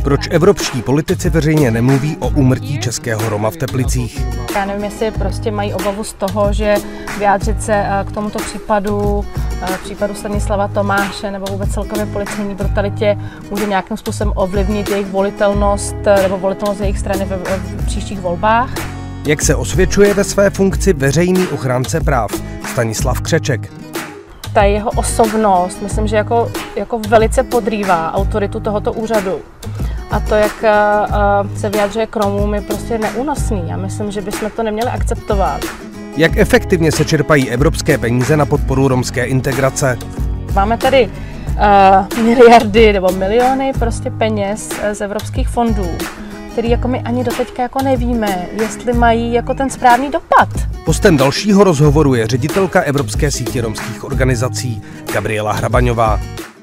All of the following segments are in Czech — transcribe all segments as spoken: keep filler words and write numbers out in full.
Proč evropští politici veřejně nemluví o úmrtí českého Roma v Teplicích? Já nevím, jestli prostě mají obavu z toho, že vyjádřit se k tomuto případu, případu Stanislava Tomáše nebo vůbec celkově policejní brutalitě může nějakým způsobem ovlivnit jejich volitelnost nebo volitelnost jejich strany v, v příštích volbách. Jak se osvědčuje ve své funkci veřejný ochránce práv Stanislav Křeček? Ta jeho osobnost, myslím, že jako, jako velice podrývá autoritu tohoto úřadu. A to, jak uh, se vyjadřuje k Romům, je prostě neúnosný. Já myslím, že bychom to neměli akceptovat. Jak efektivně se čerpají evropské peníze na podporu romské integrace? Máme tady uh, miliardy nebo miliony prostě peněz z evropských fondů, který jako my ani doteďka jako nevíme, jestli mají jako ten správný dopad. Hostem dalšího rozhovoru je ředitelka Evropské sítě romských organizací Gabriela Hrabaňová.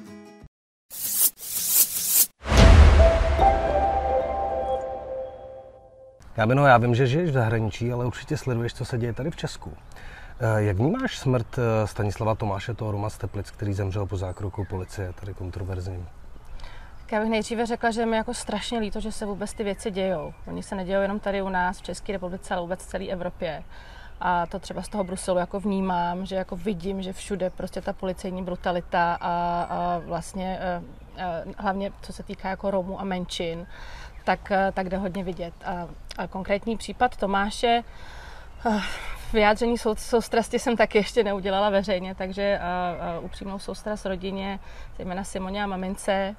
Gábino, já vím, že žiješ v zahraničí, ale určitě sleduješ, co se děje tady v Česku. Jak vnímáš smrt Stanislava Tomáše, toho Roma z Teplic, který zemřel po zákroku policie, tady kontroverzním? Já bych nejdříve řekla, že mi jako strašně líto, že se vůbec ty věci dějou. Oni se nedějou jenom tady u nás v České republice, ale vůbec v celé Evropě. A to třeba z toho Bruselu jako vnímám, že jako vidím, že všude prostě ta policejní brutalita a, a vlastně a, a, hlavně co se týká jako Romů a menšin, tak, tak jde hodně vidět. A, a konkrétní případ Tomáše, vyjádření sou, soustrasti jsem taky ještě neudělala veřejně, takže a, a upřímnou soustrast rodině, zejména Simoně a mamince.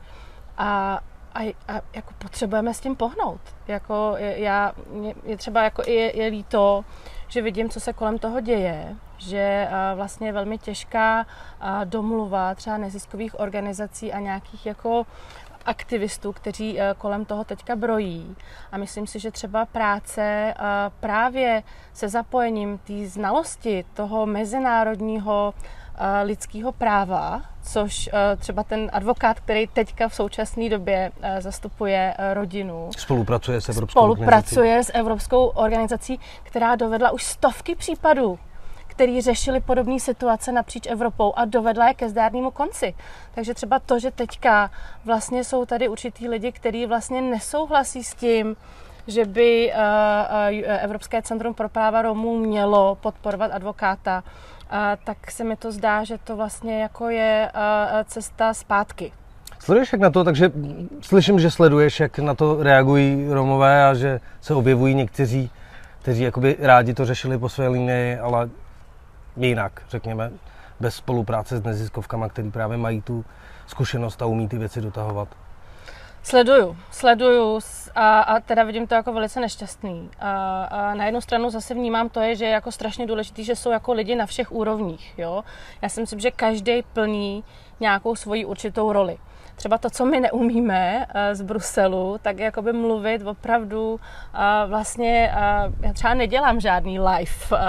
A, a, a jako potřebujeme s tím pohnout. Jako já, je třeba jako je, je líto, že vidím, co se kolem toho děje, že vlastně je velmi těžká domluva třeba neziskových organizací a nějakých jako aktivistů, kteří kolem toho teďka brojí. A myslím si, že třeba práce právě se zapojením té znalosti toho mezinárodního lidského práva, což třeba ten advokát, který teďka v současné době zastupuje rodinu. Spolupracuje s Evropskou Spolupracuje organizací. s Evropskou organizací, která dovedla už stovky případů, který řešili podobné situace napříč Evropou a dovedla je ke zdárnému konci. Takže třeba to, že teďka vlastně jsou tady určitý lidi, kteří vlastně nesouhlasí s tím, že by Evropské centrum pro práva Romů mělo podporovat advokáta, tak se mi to zdá, že to vlastně jako je cesta zpátky. Sleduješ jak na to, takže slyším, že sleduješ, jak na to reagují Romové a že se objevují někteří, kteří jakoby rádi to řešili po své linii, ale jinak, řekněme, bez spolupráce s neziskovkama, který právě mají tu zkušenost a umí ty věci dotahovat. Sleduju, sleduju a, a teda vidím to jako velice nešťastný. A, a na jednu stranu zase vnímám to, je, že je jako strašně důležitý, že jsou jako lidi na všech úrovních. Jo? Já si myslím, že každý plní nějakou svoji určitou roli. Třeba to, co my neumíme z Bruselu, tak jakoby mluvit opravdu vlastně, já třeba nedělám žádný live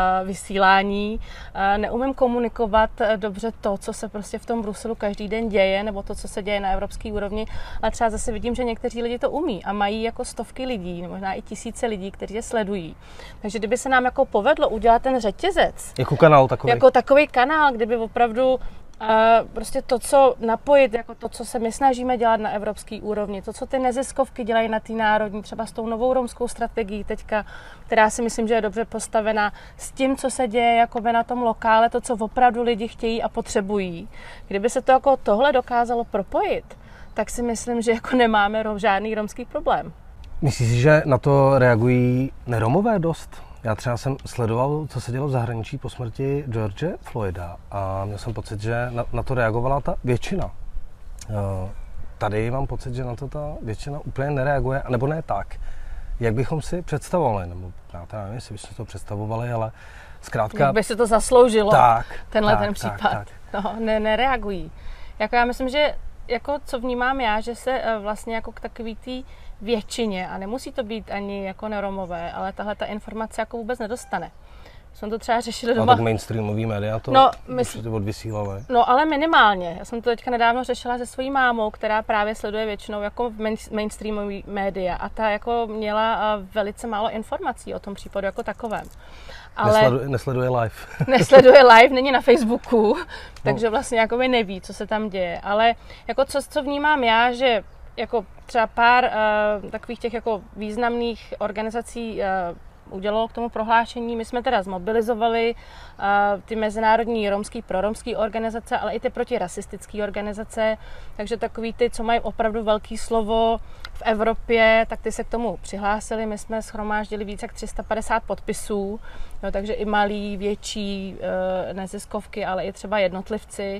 vysílání, neumím komunikovat dobře to, co se prostě v tom Bruselu každý den děje, nebo to, co se děje na evropské úrovni, ale třeba zase vidím, že někteří lidi to umí a mají jako stovky lidí, možná i tisíce lidí, kteří je sledují. Takže kdyby se nám jako povedlo udělat ten řetězec, jako kanál takový, jako takový kanál, kdyby opravdu Uh, prostě to, co napojit, jako to, co se my snažíme dělat na evropské úrovni, to, co ty neziskovky dělají na té národní, třeba s tou novou romskou strategií teďka, která si myslím, že je dobře postavená, s tím, co se děje jakoby na tom lokále, to, co opravdu lidi chtějí a potřebují. Kdyby se to jako tohle dokázalo propojit, tak si myslím, že jako nemáme žádný romský problém. Myslíš si, že na to reagují neromové dost? Já třeba jsem sledoval, co se dělo v zahraničí po smrti George Floyda a měl jsem pocit, že na, na to reagovala ta většina. Tady mám pocit, že na to ta většina úplně nereaguje, nebo ne tak, jak bychom si představovali. Nebo já teda nevím, jestli bychom to představovali, ale zkrátka... Jak by se to zasloužilo, tak, tenhle tak, ten tak, případ. tak. No, ne, nereagují. Jako já myslím, že jako co vnímám já, že se vlastně jako k takový tý většině, a nemusí to být ani jako neromové, ale tahle ta informace jako vůbec nedostane. Jsme to třeba řešili doma. A tak mainstreamový média to no, mysl... odvysílali. No ale minimálně. Já jsem to teďka nedávno řešila se svojí mámou, která právě sleduje většinou jako mainstreamový média a ta jako měla velice málo informací o tom případu jako takovém. Ale nesleduje, nesleduje live. Nesleduje live, není na Facebooku, takže vlastně jakoby neví, co se tam děje. Ale jako co, co vnímám já, že jako třeba pár uh, takových těch jako významných organizací uh, udělalo k tomu prohlášení. My jsme teda zmobilizovali uh, ty mezinárodní romský, proromský organizace, ale i ty protirasistické organizace, takže takový ty, co mají opravdu velký slovo v Evropě, tak ty se k tomu přihlásili. My jsme shromáždili více jak tři sta padesát podpisů, jo, takže i malí, větší uh, neziskovky, ale i třeba jednotlivci.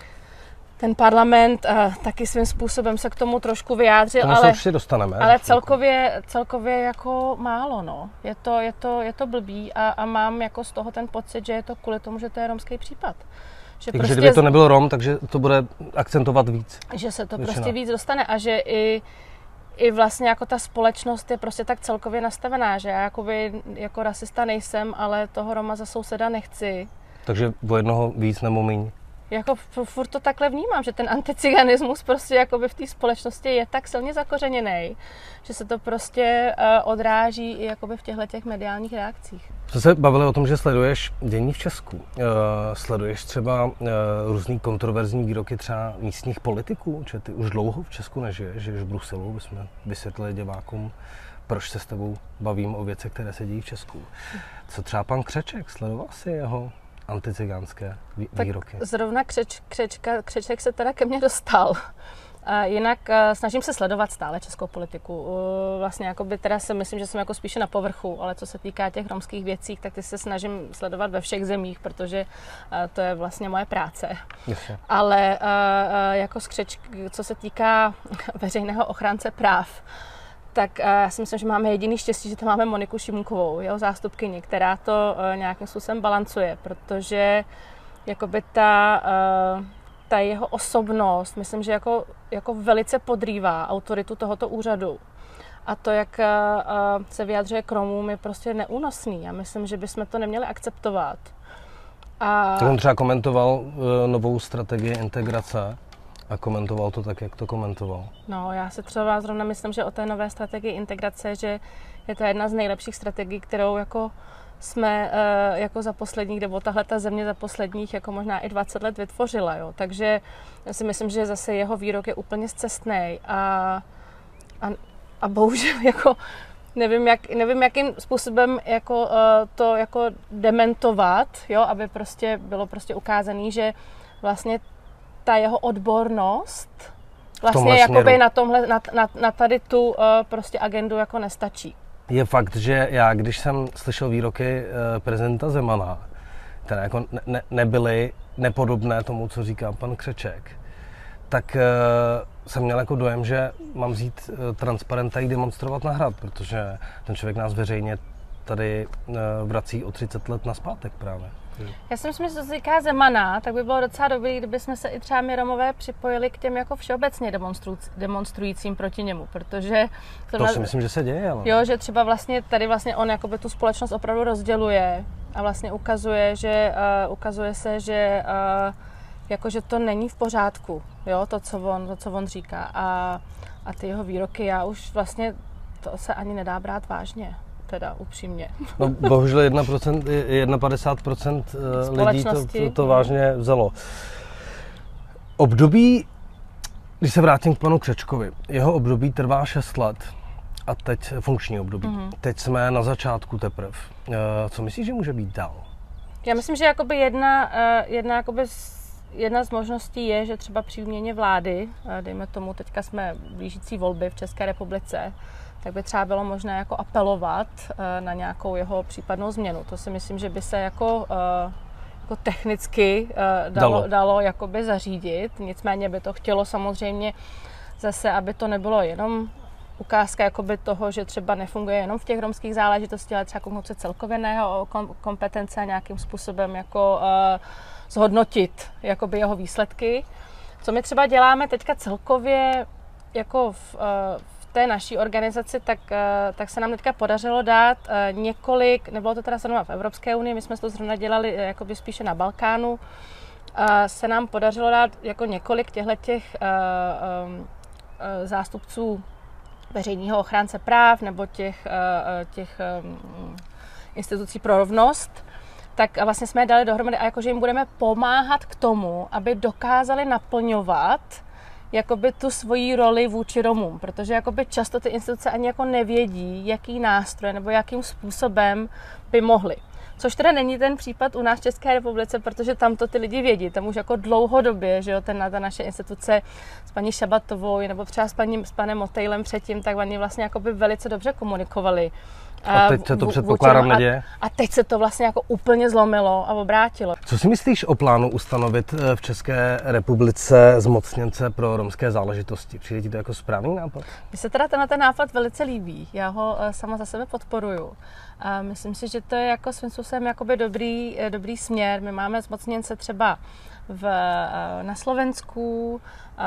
Ten parlament uh, taky svým způsobem se k tomu trošku vyjádřil, ale, ale, se dostaneme, ale celkově, celkově jako málo, no. Je to, je to, je to blbý a, a mám jako z toho ten pocit, že je to kvůli tomu, že to je romský případ. Že takže prostě kdyby to nebyl Rom, takže to bude akcentovat víc. Že se to většina. Prostě víc dostane a že i, i vlastně jako ta společnost je prostě tak celkově nastavená, že já jakoby, jako rasista nejsem, ale toho Roma za souseda nechci. Takže o jednoho víc nebo míň. Jako furt to takhle vnímám, že ten anticiganismus prostě jakoby v té společnosti je tak silně zakořeněný, že se to prostě uh, odráží i jakoby v těchto těch mediálních reakcích. Jsme se bavili o tom, že sleduješ dění v Česku. Uh, sleduješ třeba uh, různý kontroverzní výroky třeba místních politiků, že ty už dlouho v Česku nežiješ, žiješ v Bruselu, bychom vysvětlili divákům, proč se s tebou bavím o věcech, které se dějí v Česku. Co třeba pan Křeček, sledoval si jeho anticigánské výroky? Tak zrovna křeč, křečka, Křeček se teda ke mně dostal. A jinak snažím se sledovat stále českou politiku. Vlastně jakoby teda si myslím, že jsem jako spíše na povrchu, ale co se týká těch romských věcí, tak ty se snažím sledovat ve všech zemích, protože to je vlastně moje práce. Jasně. Ale jako z Křečka, co se týká veřejného ochránce práv, tak já si myslím, že máme jediný štěstí, že tam máme Moniku Šimůkovou, jeho zástupkyni, která to nějakým způsobem balancuje, protože jakoby ta, ta jeho osobnost, myslím, že jako, jako velice podrývá autoritu tohoto úřadu. A to, jak se vyjadřuje k Romům, je prostě neúnosný. Já myslím, že bychom to neměli akceptovat. A... Tak on třeba komentoval novou strategii integrace. A komentoval to tak, jak to komentoval. No, já se třeba zrovna myslím, že o té nové strategii integrace, že je to jedna z nejlepších strategií, kterou jako jsme jako za posledních, nebo tahle ta země za posledních jako možná i dvacet let vytvořila. Jo. Takže já si myslím, že zase jeho výrok je úplně scestnej a, a, a bohužel jako nevím, jak, nevím, jakým způsobem jako, to jako dementovat, jo, aby prostě bylo prostě ukázaný, že vlastně ta jeho odbornost vlastně jakoby na tomhle, na, na, na tady tu uh, prostě agendu jako nestačí. Je fakt, že já, když jsem slyšel výroky uh, prezidenta Zemana, které jako ne, ne, nebyly nepodobné tomu, co říká pan Křeček, tak uh, jsem měl jako dojem, že mám vzít uh, transparent a jít demonstrovat na Hrad, protože ten člověk nás veřejně tady uh, vrací o třicet let nazpátek právě. Já si myslím, že co se týká Zemana, tak by bylo docela dobré, kdyby jsme se i třeba my Romové připojili k těm jako všeobecně demonstrujícím proti němu, protože... To, to si myslím, že se děje, ale... Jo, že třeba vlastně tady vlastně on jakoby tu společnost opravdu rozděluje a vlastně ukazuje, že uh, ukazuje se, že uh, jako, že to není v pořádku, jo, to, co on, to, co on říká. A, a ty jeho výroky, já už vlastně to se ani nedá brát vážně. Teda upřímně. No, bohužel padesát procent lidí to, to, to vážně vzalo. Období, když se vrátím k panu Křečkovi, jeho období trvá šest let a teď funkční období. Mm-hmm. Teď jsme na začátku teprve. Co myslíš, že může být dál? Já myslím, že jakoby jedna, jedna, jakoby jedna z možností je, že třeba při výměně vlády, dejme tomu, teďka jsme blížící volby v České republice, tak by třeba bylo možné jako apelovat na nějakou jeho případnou změnu. To si myslím, že by se jako, jako technicky dalo, dalo. dalo jakoby zařídit. Nicméně by to chtělo samozřejmě zase, aby to nebylo jenom ukázka jakoby toho, že třeba nefunguje jenom v těch romských záležitostech, ale třeba komuce celkově na jeho kompetence a nějakým způsobem jako uh, zhodnotit jakoby jeho výsledky. Co my třeba děláme teďka celkově jako v, uh, v té naší organizaci, tak, uh, tak se nám teďka podařilo dát uh, několik, nebylo to teda zrovna v Evropské unii, my jsme to zrovna dělali uh, jakoby spíše na Balkánu, uh, se nám podařilo dát jako několik těchto uh, um, uh, zástupců veřejného ochránce práv nebo těch, těch institucí pro rovnost, tak vlastně jsme je dali dohromady a jakože jim budeme pomáhat k tomu, aby dokázali naplňovat jakoby tu svoji roli vůči Romům, protože jakoby často ty instituce ani jako nevědí, jaký nástroj nebo jakým způsobem by mohly. Což teda není ten případ u nás v České republice, protože tam to ty lidi vědí. Tam už jako dlouhodobě, že jo, ten, ta naše instituce s paní Šabatovou nebo třeba s, paní, s panem Motejlem předtím, tak oni vlastně jakoby velice dobře komunikovali. A teď se to předpokládám neděje? A, a teď se to vlastně jako úplně zlomilo a obrátilo. Co si myslíš o plánu ustanovit v České republice zmocněnce pro romské záležitosti? Přijde ti to jako správný nápad? Mně se teda tenhle ten nápad velice líbí. Já ho sama za sebe podporuju. A myslím si, že to je jako svým způsobem jakoby dobrý, dobrý směr. My máme zmocněnce třeba v, na Slovensku,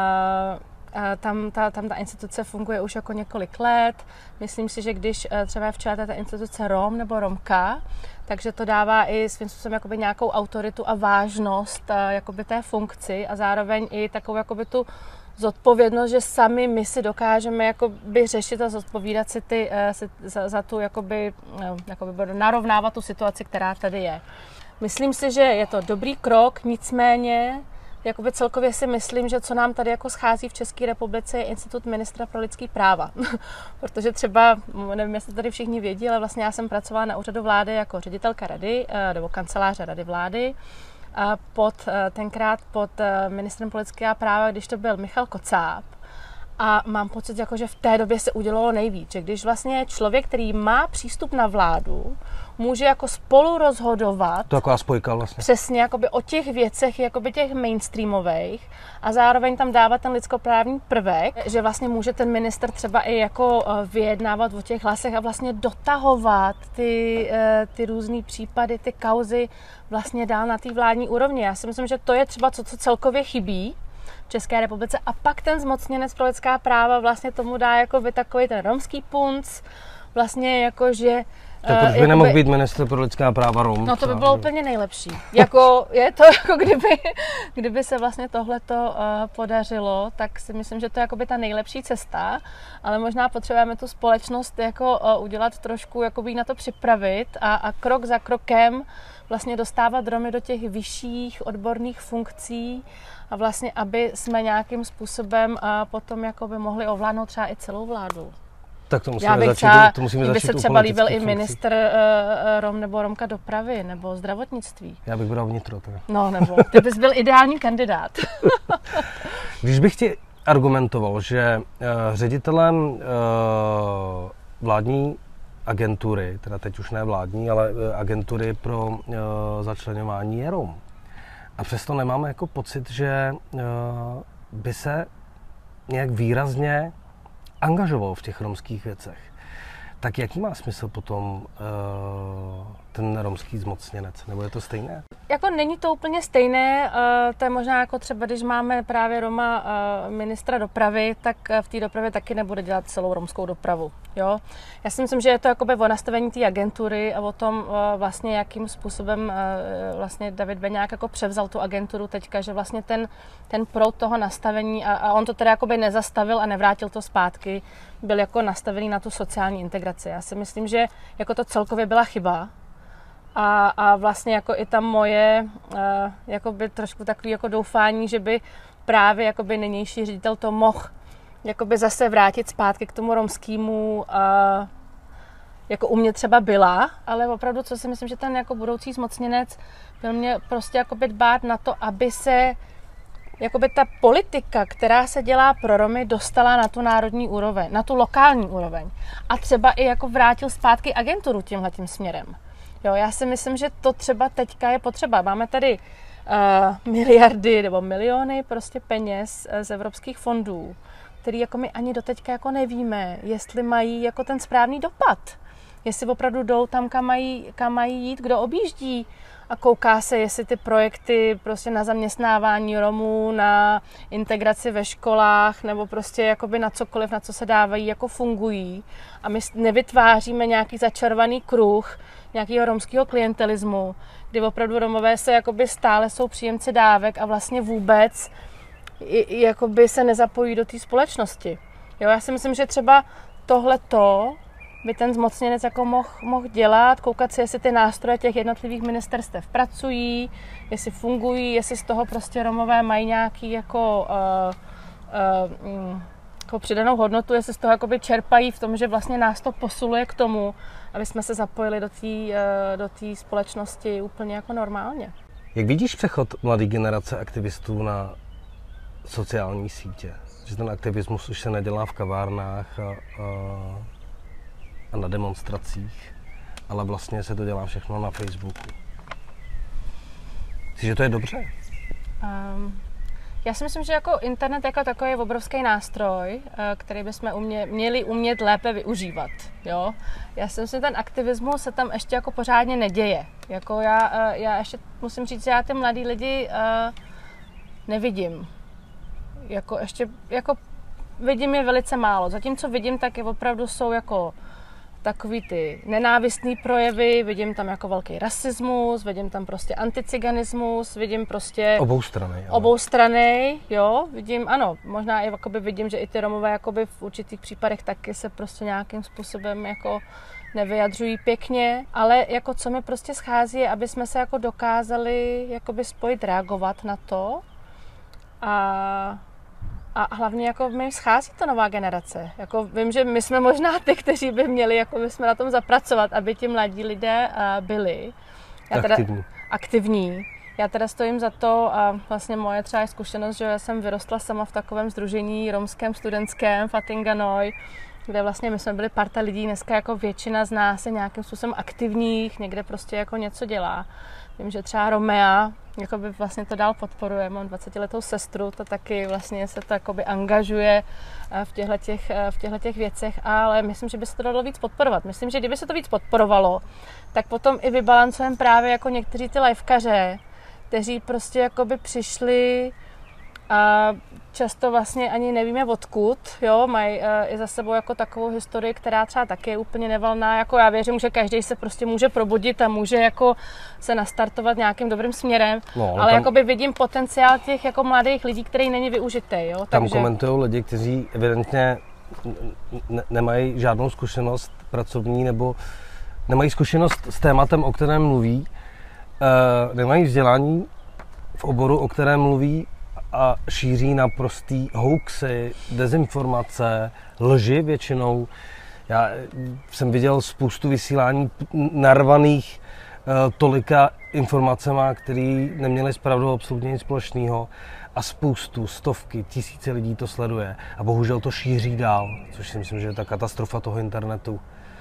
Tam ta, tam ta instituce funguje už jako několik let. Myslím si, že když třeba je v čele ta instituce Rom nebo Romka, takže to dává i svým způsobem jakoby nějakou autoritu a vážnost jakoby té funkci a zároveň i takovou jakoby tu zodpovědnost, že sami my si dokážeme jakoby řešit a zodpovídat si ty, si, za, za tu jakoby, jakoby narovnávat tu situaci, která tady je. Myslím si, že je to dobrý krok, nicméně jakoby celkově si myslím, že co nám tady jako schází v České republice je Institut ministra pro lidský práva. Protože třeba, nevím, jestli tady všichni vědí, ale vlastně já jsem pracovala na úřadu vlády jako ředitelka rady, nebo kanceláře rady vlády, pod, tenkrát pod ministrem pro lidská práva, když to byl Michal Kocáb. A mám pocit, jako, že v té době se udělalo nejvíc, že když vlastně člověk, který má přístup na vládu, může jako spolu rozhodovat. To taková spojka vlastně. Přesně, jakoby o těch věcech, jakoby těch mainstreamových a zároveň tam dávat ten lidskoprávní prvek, že vlastně může ten minister třeba i jako vyjednávat o těch hlasech a vlastně dotahovat ty, ty různý případy, ty kauzy vlastně dál na té vládní úrovni. Já si myslím, že to je třeba co, co celkově chybí v České republice a pak ten zmocněnec pro lidská práva vlastně tomu dá jako by takový ten romský punc, vlastně jako, že tak proč by uh, nemohl být ministr pro lidská práva Rom? No to by bylo úplně nejlepší. Jako, je to jako kdyby, kdyby se vlastně tohleto uh, podařilo, tak si myslím, že to je jakoby ta nejlepší cesta, ale možná potřebujeme tu společnost jako uh, udělat trošku, jakoby na to připravit a, a krok za krokem vlastně dostávat Romy do těch vyšších odborných funkcí a vlastně, aby jsme nějakým způsobem uh, potom jakoby mohli ovládnout třeba i celou vládu. Tak to musíme začít, třeba, to musíme by začít se třeba líbil i ministr uh, Rom nebo Romka dopravy nebo zdravotnictví. Já bych bral vnitro. Teda. No nebo, ty bys byl ideální kandidát. Když bych ti argumentoval, že uh, ředitelem uh, vládní agentury, teda teď už ne vládní, ale uh, agentury pro uh, začleňování je Rom. A přesto nemáme jako pocit, že uh, by se nějak výrazně angažoval v těch romských věcech. Tak jaký má smysl potom uh, ten romský zmocněnec? Nebo je to stejné? Jako není to úplně stejné. Uh, to je možná jako třeba, když máme právě Roma uh, ministra dopravy, tak v té dopravě taky nebude dělat celou romskou dopravu. Jo? Já si myslím, že je to jakoby o nastavení té agentury a o tom uh, vlastně, jakým způsobem uh, vlastně David Beňák jako převzal tu agenturu teďka, že vlastně ten, ten proud toho nastavení a, a on to teda jakoby nezastavil a nevrátil to zpátky, byl jako nastavený na tu sociální integraci. Já si myslím, že jako to celkově byla chyba a, a vlastně jako i tam moje uh, jakoby trošku takový jako doufání, že by právě jakoby nynější ředitel to mohl jakoby zase vrátit zpátky k tomu romskému, uh, jako u mě třeba byla, ale opravdu, co si myslím, že ten jako budoucí zmocněnec byl mě prostě jakoby dbát na to, aby se jakoby ta politika, která se dělá pro Romy, dostala na tu národní úroveň, na tu lokální úroveň. A třeba i jako vrátil zpátky agenturu tímhletím směrem. Jo, já si myslím, že to třeba teďka je potřeba. Máme tady uh, miliardy nebo miliony prostě peněz z evropských fondů, který jako my ani doteďka jako nevíme, jestli mají jako ten správný dopad. Jestli opravdu jdou tam, kam mají, kam mají jít, kdo objíždí a kouká se, jestli ty projekty prostě na zaměstnávání Romů, na integraci ve školách nebo prostě jakoby na cokoliv, na co se dávají, jako fungují. A my nevytváříme nějaký začarovaný kruh nějakého romského klientelismu, kdy opravdu Romové se jakoby stále jsou příjemci dávek a vlastně vůbec i, jakoby se nezapojí do té společnosti. Jo, já si myslím, že třeba tohleto by ten zmocněnec jako mohl, mohl dělat, koukat si, jestli ty nástroje těch jednotlivých ministerstev pracují, jestli fungují, jestli z toho prostě Romové mají nějaký jako uh, uh, jako přidanou hodnotu, jestli z toho jakoby čerpají v tom, že vlastně nás to posiluje k tomu, aby jsme se zapojili do té uh, do té společnosti úplně jako normálně. Jak vidíš přechod mladé generace aktivistů na sociální sítě? Že ten aktivismus už se nedělá v kavárnách a, a, a na demonstracích, ale vlastně se to dělá všechno na Facebooku. Myslíš, že to je dobře? Um, já si myslím, že jako internet jako takový je obrovský nástroj, který bychom umě, měli umět lépe využívat. Jo? Já si myslím, že ten aktivismus se tam ještě jako pořádně neděje. Jako já, já ještě musím říct, že já ty mladý lidi uh, nevidím. Jako ještě, jako vidím je velice málo. Zatím, co vidím, tak je opravdu jsou jako takový ty nenávistný projevy, vidím tam jako velký rasismus, vidím tam prostě anticiganismus, vidím prostě... Obou strany. Ale... Obou strany, jo, vidím, ano, možná i jakoby vidím, že i ty Romové jakoby v určitých případech taky se prostě nějakým způsobem jako nevyjadřují pěkně, ale jako co mi prostě schází je, aby jsme se jako dokázali jakoby spojit, reagovat na to a... A hlavně jako mi schází ta nová generace. Jako vím, že my jsme možná ty, kteří by měli jako my jsme na tom zapracovat, aby ti mladí lidé byli já teda, aktivní. aktivní. Já teda stojím za to a vlastně moje třeba je zkušenost, že já jsem vyrostla sama v takovém sdružení romském studentském Fatinganoj, kde vlastně my jsme byli parta lidí, dneska jako většina z nás je nějakým způsobem aktivních, někde prostě jako něco dělá. Vím, že třeba Romea, jakoby vlastně to dál podporuje, mám dvacetiletou sestru, ta taky vlastně se to jakoby angažuje v těchto těch, v těchto těch věcech, ale myslím, že by se to dalo víc podporovat. Myslím, že kdyby se to víc podporovalo, tak potom i vybalancujeme právě jako někteří ty lifekaře, kteří prostě jakoby přišli a často vlastně ani nevíme odkud, jo, mají uh, i za sebou jako takovou historii, která třeba taky je úplně nevalná, jako já věřím, že každý se prostě může probudit a může jako se nastartovat nějakým dobrým směrem, no, ale, ale tam, jakoby vidím potenciál těch jako mladých lidí, který není využitý, jo. Tam takže... komentují lidi, kteří evidentně ne- nemají žádnou zkušenost pracovní nebo nemají zkušenost s tématem, o kterém mluví, uh, nemají vzdělání v oboru, o kterém mluví, a šíří naprostý hoaxy, dezinformace, lži většinou. Já jsem viděl spoustu vysílání narvaných uh, tolika informacema, které neměly s pravdou absolutně nic společného a spoustu, stovky, tisíce lidí to sleduje a bohužel to šíří dál, což si myslím, že je ta katastrofa toho internetu,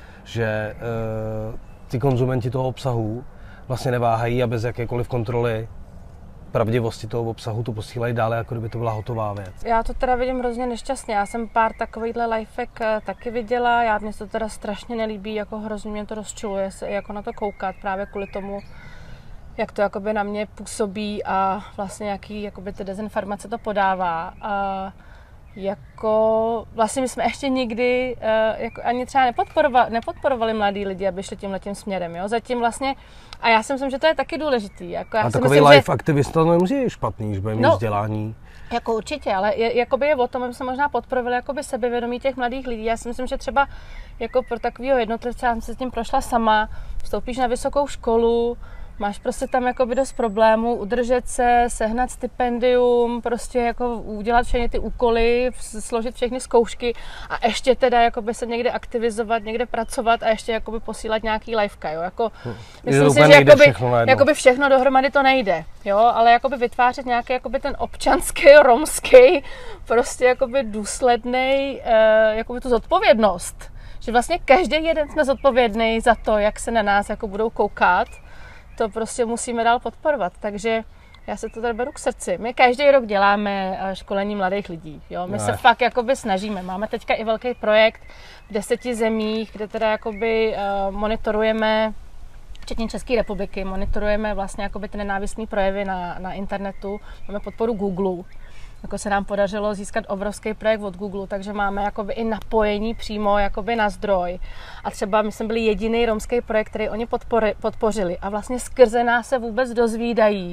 že uh, ty konzumenti toho obsahu vlastně neváhají a bez jakékoliv kontroly pravdivosti toho obsahu to posílají dále, jako kdyby to byla hotová věc. Já to teda vidím hrozně nešťastně. Já jsem pár takovýchhle lifehack taky viděla. Já mě to teda strašně nelíbí, jako hrozně mě to rozčiluje se jako na to koukat právě kvůli tomu, jak to jakoby na mě působí a vlastně jaký jakoby ty dezinformace to podává. A jako vlastně my jsme ještě nikdy uh, jako ani třeba nepodporovali, nepodporovali mladí lidi, aby šli tímhletím směrem, jo. Zatím vlastně, a já si myslím, že to je taky důležitý. Jako já a si takový myslím, life že... aktivista nemusí je špatný, když bude mít no, vzdělání. Jako určitě, ale je, jakoby je o tom, aby se možná podporovali jakoby sebevědomí těch mladých lidí. Já si myslím, že třeba jako pro takového jednotlivce, já jsem se s tím prošla sama, vstoupíš na vysokou školu, máš prostě tam jakoby dost problémů, udržet se, sehnat stipendium, prostě jako udělat všechny ty úkoly, složit všechny zkoušky a ještě teda jakoby se někde aktivizovat, někde pracovat a ještě jakoby posílat nějaký liveka, jo, jako hmm. myslím si, že jakoby všechno, jakoby všechno dohromady to nejde, jo, ale jakoby vytvářet nějaký jakoby ten občanský, romský, prostě jakoby důslednej, uh, jakoby tu zodpovědnost, že vlastně každý jeden jsme zodpovědný za to, jak se na nás jako budou koukat. To prostě musíme dál podporovat, takže já se to tady beru k srdci. My každý rok děláme školení mladých lidí, jo? My no. se fakt jakoby snažíme. Máme teďka i velký projekt v deseti zemích, kde teda jakoby uh, monitorujeme, včetně České republiky, monitorujeme vlastně jakoby ty nenávistné projevy na, na internetu. Máme podporu Google. Jako se nám podařilo získat obrovský projekt od Google, takže máme jakoby i napojení přímo jakoby na zdroj. A třeba my jsme byli jediný romský projekt, který oni podpori, podpořili a vlastně skrze nás se vůbec dozvídají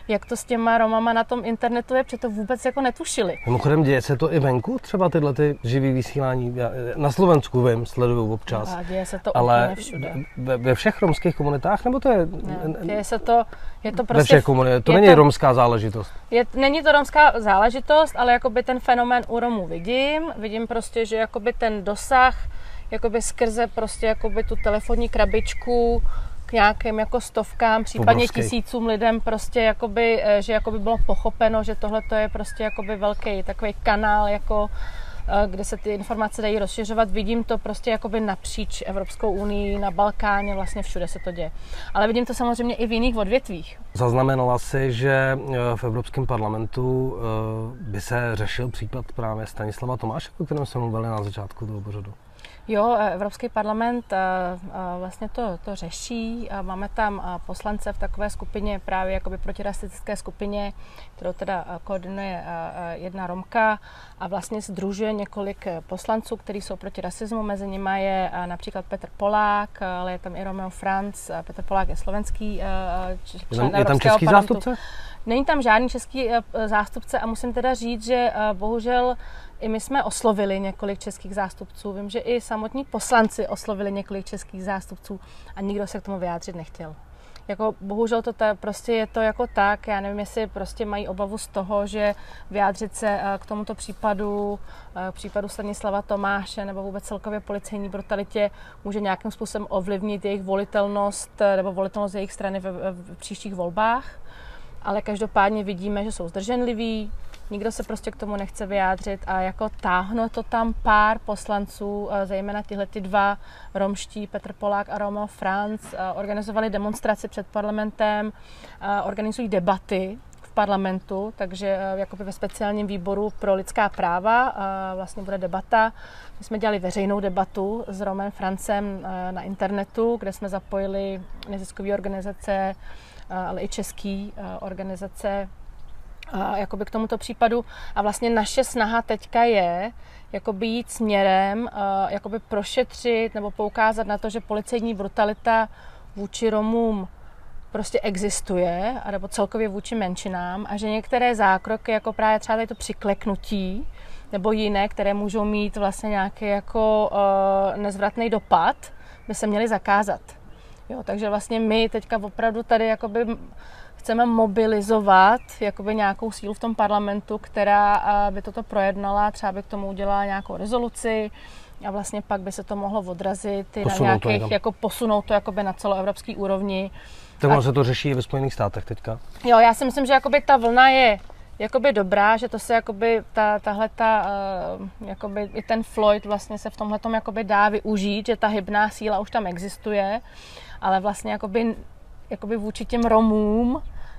jak to s těma Romama na tom internetu je, protože to vůbec jako netušili. Mimochodem děje se to i venku, třeba tyhle ty živý vysílání, já, na Slovensku vím, sleduju občas. A děje se to ale úplně všude. Ve, ve všech romských komunitách, nebo to je... Ne, děje se to, je to prostě... Ve všech komunitách, to není to, romská záležitost. Je, není to romská záležitost, ale jakoby ten fenomén u Romů vidím. Vidím prostě, že jakoby ten dosah, jakoby skrze prostě jakoby tu telefonní krabičku k nějakým jako stovkám, případně Obrovský. tisícům lidem prostě jakoby, že jakoby bylo pochopeno, že tohle to je prostě jakoby velký takový kanál, jako, kde se ty informace dají rozšiřovat. Vidím to prostě jakoby napříč Evropskou unii, na Balkáně, vlastně všude se to děje. Ale vidím to samozřejmě i v jiných odvětvích. Zaznamenala si, že v Evropském parlamentu by se řešil případ právě Stanislava Tomáše, o kterém jsme mluvili na začátku toho pořadu? Jo, Evropský parlament vlastně to, to řeší. Máme tam poslance v takové skupině, právě jakoby protirasistické skupině, kterou teda koordinuje jedna Romka a vlastně sdružuje několik poslanců, kteří jsou proti rasismu. Mezi nimi je například Petr Polák, ale je tam i Romeo Franz. Petr Polák je slovenský člen Je tam český parlamentu. zástupce? Není tam žádný český zástupce a musím teda říct, že bohužel i my jsme oslovili několik českých zástupců. Vím, že i samotní poslanci oslovili několik českých zástupců a nikdo se k tomu vyjádřit nechtěl. Jako, bohužel to ta, prostě je to jako tak, já nevím, jestli prostě mají obavu z toho, že vyjádřit se k tomuto případu, k případu Stanislava Tomáše nebo vůbec celkově policejní brutalitě může nějakým způsobem ovlivnit jejich volitelnost nebo volitelnost jejich strany v, v příštích volbách. Ale každopádně vidíme, že jsou zdrženliví, nikdo se prostě k tomu nechce vyjádřit a jako táhno to tam pár poslanců, zejména tyhle ty dva romští, Petr Polák a Romeo Franz, organizovali demonstraci před parlamentem, organizují debaty v parlamentu, takže jakoby ve speciálním výboru pro lidská práva vlastně bude debata. My jsme dělali veřejnou debatu s Romem Francem na internetu, kde jsme zapojili neziskové organizace, ale i český organizace jakoby k tomuto případu. A vlastně naše snaha teďka je jakoby jít směrem, jakoby prošetřit nebo poukázat na to, že policejní brutalita vůči Romům prostě existuje, nebo celkově vůči menšinám a že některé zákroky, jako právě třeba tady to přikleknutí, nebo jiné, které můžou mít vlastně nějaký jako uh, nezvratný dopad, by se měly zakázat. Jo, takže vlastně my teďka opravdu tady jakoby chceme mobilizovat jakoby nějakou sílu v tom parlamentu, která by toto projednala, třeba by k tomu udělala nějakou rezoluci a vlastně pak by se to mohlo odrazit i na nějakých, jako posunout to jakoby na celoevropský úrovni. Tak se to řeší i ve Spojených státech teďka? Jo, já si myslím, že jakoby ta vlna je jakoby dobrá, že to se jakoby ta, tahle ta, uh, jakoby i ten Floyd vlastně se v tomhletom jakoby dá využít, že ta hybná síla už tam existuje, ale vlastně jakoby, jakoby vůči těm Romům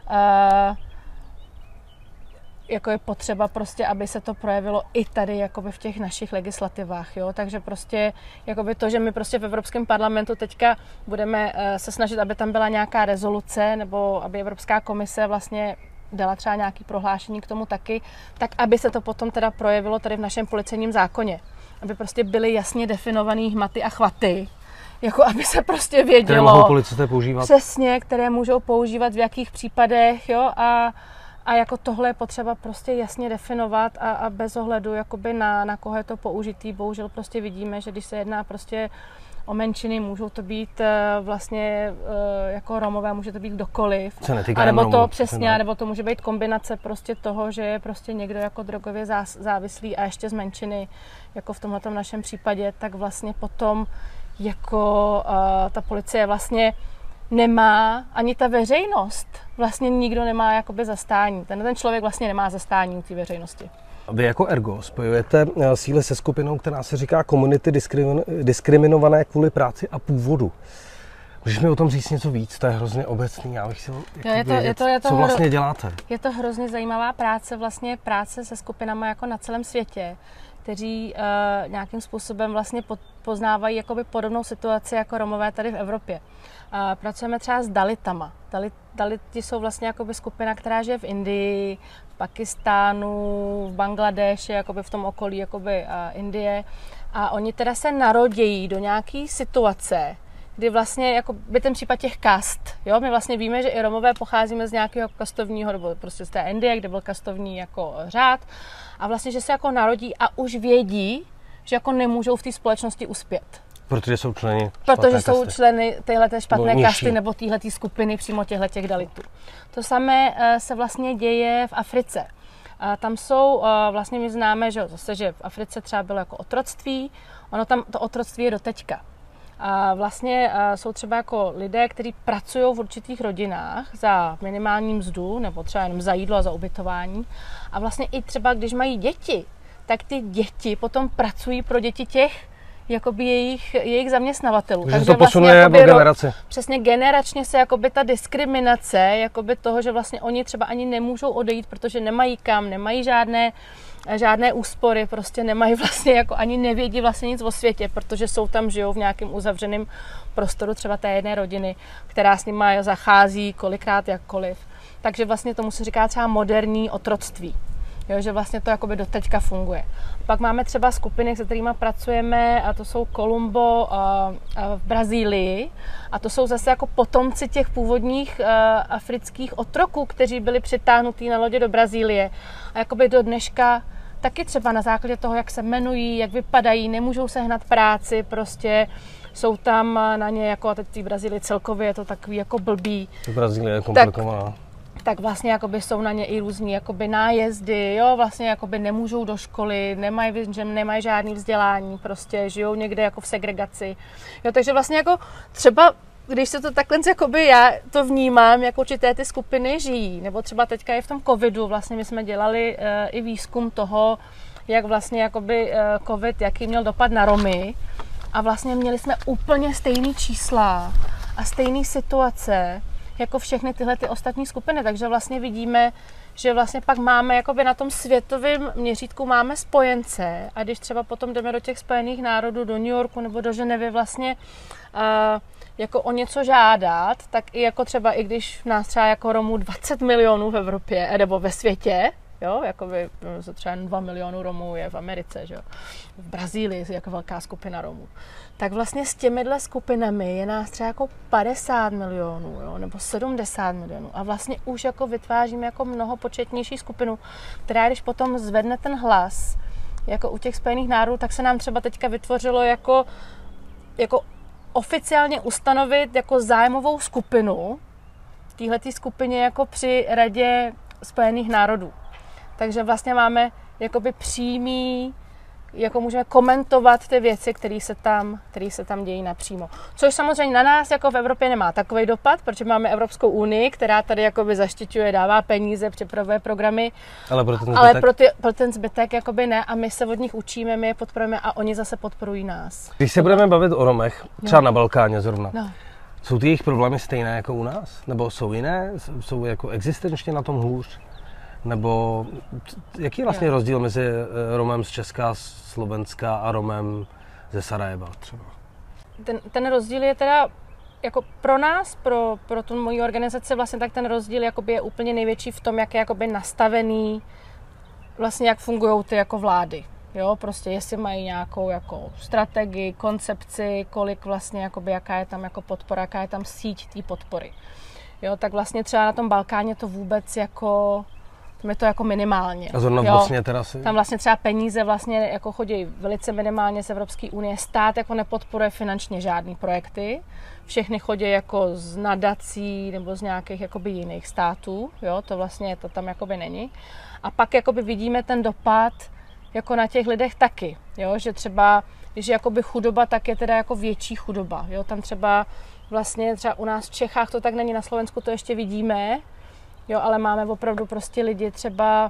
uh, jako je potřeba prostě, aby se to projevilo i tady jakoby v těch našich legislativách, jo, takže prostě jakoby to, že my prostě v Evropském parlamentu teďka budeme uh, se snažit, aby tam byla nějaká rezoluce, nebo aby Evropská komise vlastně dala třeba nějaké prohlášení k tomu taky, tak aby se to potom teda projevilo tady v našem policejním zákoně. Aby prostě byly jasně definovaný hmaty a chvaty, jako aby se prostě vědělo, které mohou policisté používat. Přesně, které můžou používat v jakých případech, jo, a, a jako tohle je potřeba prostě jasně definovat a, a bez ohledu jakoby na, na koho je to použitý. Bohužel prostě vidíme, že když se jedná prostě o menšiny, můžou to být vlastně jako Romové, může to být kdokoliv. A nebo to přesně, no. Nebo to může být kombinace prostě toho, že je prostě někdo jako drogově závislý a ještě z menšiny, jako v tomhletom našem případě, tak vlastně potom jako uh, ta policie vlastně nemá, ani ta veřejnost, vlastně nikdo nemá jakoby zastání. Ten, ten člověk vlastně nemá zastání u té veřejnosti. Vy jako Ergo spojujete síly se skupinou, která se říká komunity diskriminované kvůli práci a původu. Můžeš mi o tom říct něco víc? To je hrozně obecný, já bych chtěl je to, vědět, je to, je to co vlastně děláte. Je to hrozně zajímavá práce, vlastně práce se skupinami jako na celém světě, kteří uh, nějakým způsobem vlastně pod, poznávají jakoby podobnou situaci jako Romové tady v Evropě. Uh, pracujeme třeba s Dalitama. Dalit, Daliti jsou vlastně jakoby skupina, která žije v Indii, v Pakistánu, v Bangladeši, jakoby v tom okolí jakoby, uh, Indie. A oni teda se narodějí do nějaké situace, kdy vlastně jako by ten případ těch kast, jo, my vlastně víme, že i Romové pocházíme z nějakého kastovního, nebo prostě z té Indie, kde byl kastovní jako řád a vlastně, že se jako narodí a už vědí, že jako nemůžou v té společnosti uspět. Protože jsou členy Protože jsou kasty. členy téhleté špatné nebo kasty nebo téhleté skupiny přímo těchto dalitů. To samé se vlastně děje v Africe. Tam jsou, vlastně my známe, že zase, že v Africe třeba bylo jako otroctví, ono tam to otroctví je doteďka. A vlastně jsou třeba jako lidé, kteří pracují v určitých rodinách za minimální mzdu nebo třeba jenom za jídlo a za ubytování. A vlastně i třeba, když mají děti, tak ty děti potom pracují pro děti těch, jakoby jejich, jejich zaměstnavatelů. Takže Takže to posunuje vlastně po generaci. Přesně generačně se jakoby ta diskriminace, jakoby toho, že vlastně oni třeba ani nemůžou odejít, protože nemají kam, nemají žádné, žádné úspory, prostě nemají vlastně jako ani nevědí vlastně nic o světě, protože jsou tam, žijou v nějakém uzavřeném prostoru třeba té jedné rodiny, která s nimi zachází kolikrát jakkoliv. Takže vlastně tomu se říká třeba moderní otroctví. Jo, že vlastně to jakoby doteďka funguje. Pak máme třeba skupiny, se kterými pracujeme, a to jsou Colombo v Brazílii. A to jsou zase jako potomci těch původních afrických otroků, kteří byli přitáhnutí na lodě do Brazílie. A jakoby do dneška taky třeba na základě toho, jak se jmenují, jak vypadají, nemůžou sehnat práci, prostě jsou tam na ně, jako a teď v Brazílii celkově je to takový jako blbý. Brazílie je komplikovaná. Tak, tak vlastně jakoby jsou na ně i různý jakoby nájezdy, jo, vlastně jakoby nemůžou do školy, nemají, nemají žádný vzdělání, prostě žijou někde jako v segregaci. Jo, takže vlastně jako třeba, když se to takhle jakoby já to vnímám, jako určité ty skupiny žijí, nebo třeba teďka je v tom covidu, vlastně my jsme dělali uh, i výzkum toho, jak vlastně jakoby uh, covid, jaký měl dopad na Romy a vlastně měli jsme úplně stejný čísla a stejné situace, jako všechny tyhle ty ostatní skupiny, takže vlastně vidíme, že vlastně pak máme jakoby na tom světovém měřítku máme spojence a když třeba potom jdeme do těch Spojených národů, do New Yorku nebo do Ženevy vlastně uh, jako o něco žádat, tak i jako třeba i když nás třeba jako Romů dvacet milionů v Evropě nebo ve světě, jo, jakoby třeba dva milionů Romů je v Americe, že jo, v Brazílii je jako velká skupina Romů. Tak vlastně s těmihle skupinami je nás třeba jako padesát milionů, jo, nebo sedmdesát milionů. A vlastně už jako vytváříme jako mnohopočetnější skupinu, která když potom zvedne ten hlas, jako u těch Spojených národů, tak se nám třeba teďka vytvořilo jako, jako oficiálně ustanovit jako zájmovou skupinu v téhletý skupině jako při Radě Spojených národů. Takže vlastně máme jakoby přímý, jako můžeme komentovat ty věci, které se tam, které se tam dějí napřímo. Což samozřejmě na nás jako v Evropě nemá takový dopad, protože máme Evropskou unii, která tady jakoby zaštiťuje, dává peníze, připravuje programy. Ale pro ten zbytek, ale pro, ty, pro ten zbytek jakoby ne a my se od nich učíme, my je podporujeme a oni zase podporují nás. Když se budeme bavit o Romech, třeba no. na Balkáně zrovna, no. jsou ty jejich problémy stejné jako u nás? Nebo jsou jiné? Jsou jako existenčně na tom hůř? Nebo jaký je vlastně jo. rozdíl mezi Romem z Česka, Slovenska a Romem ze Sarajeva třeba? Ten, ten rozdíl je teda jako pro nás, pro, pro tu moji organizaci vlastně tak ten rozdíl jakoby je úplně největší v tom, jak je jakoby nastavený, vlastně jak fungují ty jako vlády. Jo, prostě jestli mají nějakou jako strategii, koncepci, kolik vlastně jakoby, jaká je tam jako podpora, jaká je tam síť té podpory. Jo, tak vlastně třeba na tom Balkáně to vůbec jako tam je to jako minimálně. A zrovna v Bosně teda si... Tam vlastně třeba peníze vlastně jako chodí velice minimálně z Evropské unie. Stát jako nepodporuje finančně žádný projekty. Všechny chodí jako z nadací nebo z nějakých jakoby jiných států. Jo, to vlastně to tam jakoby není. A pak jakoby vidíme ten dopad jako na těch lidech taky. Jo, že třeba, když je jakoby chudoba, tak je teda jako větší chudoba. Jo, tam třeba vlastně třeba u nás v Čechách to tak není, na Slovensku to ještě vidíme. Jo, ale máme opravdu prostě lidi třeba,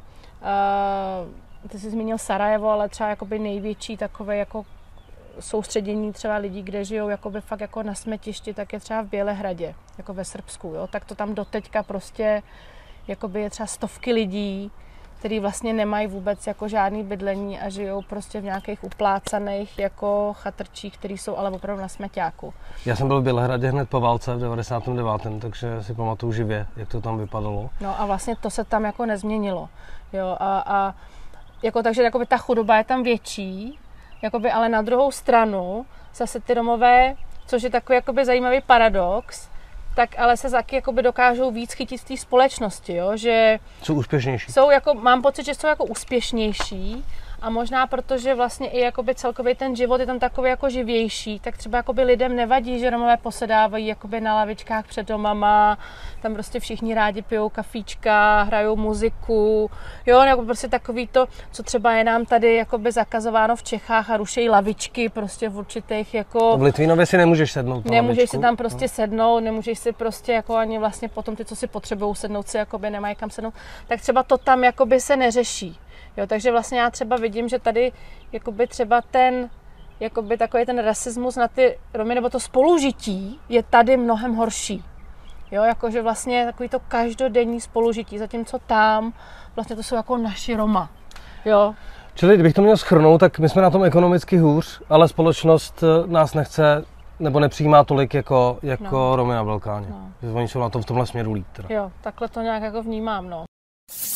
uh, ty jsi zmínil Sarajevo, ale třeba jakoby největší takové jako soustředění třeba lidí, kde žijou jakoby fakt jako na smetišti, tak je třeba v Bělehradě, jako ve Srbsku, jo, tak to tam doteďka prostě jakoby je třeba stovky lidí, kteří vlastně nemají vůbec jako žádný bydlení a žijou prostě v nějakých uplácaných jako chatrčích, který jsou ale opravdu na smeťáku. Já jsem byl v Bělehradě hned po válce v devadesátém devátém takže si pamatuju živě, jak to tam vypadalo. No a vlastně to se tam jako nezměnilo. Jo, a, a jako takže jakoby ta chudoba je tam větší, jakoby, ale na druhou stranu zase ty Romové což je takový jakoby zajímavý paradox, tak ale se taky jakoby dokážou víc chytit v té společnosti, jo? Že jsou úspěšnější. Jsou jako, mám pocit, že jsou jako úspěšnější a možná protože vlastně i jakoby celkově ten život je tam takový jako živější, tak třeba jakoby lidem nevadí, že Romové posedávají jakoby na lavičkách před domama, tam prostě všichni rádi pijou kafíčka, hrajou muziku, jo, nebo prostě takový to, co třeba je nám tady jakoby zakazováno v Čechách a rušejí lavičky prostě v určitých jako... V Litvínově si nemůžeš sednout na Nemůžeš lavičku. si tam prostě sednout, nemůžeš si prostě jako ani vlastně potom ty, co si potřebují sednout si, jakoby nemají kam sednout, tak třeba to tam jakoby se neřeší. Jo, takže vlastně já třeba vidím, že tady jakoby třeba ten jakoby takový ten rasismus na ty Romy, nebo to spolužití je tady mnohem horší. Jo, jakože vlastně takový to každodenní spolužití, zatímco tam vlastně to jsou jako naši Roma. Jo. Čili kdybych to měl shrnout, tak my jsme na tom ekonomicky hůř, ale společnost nás nechce nebo nepřijímá tolik jako, jako no. Romy na Balkáně. No. Oni jsou na tom v tomhle směru líp. Teda. Jo, takhle to nějak jako vnímám, no.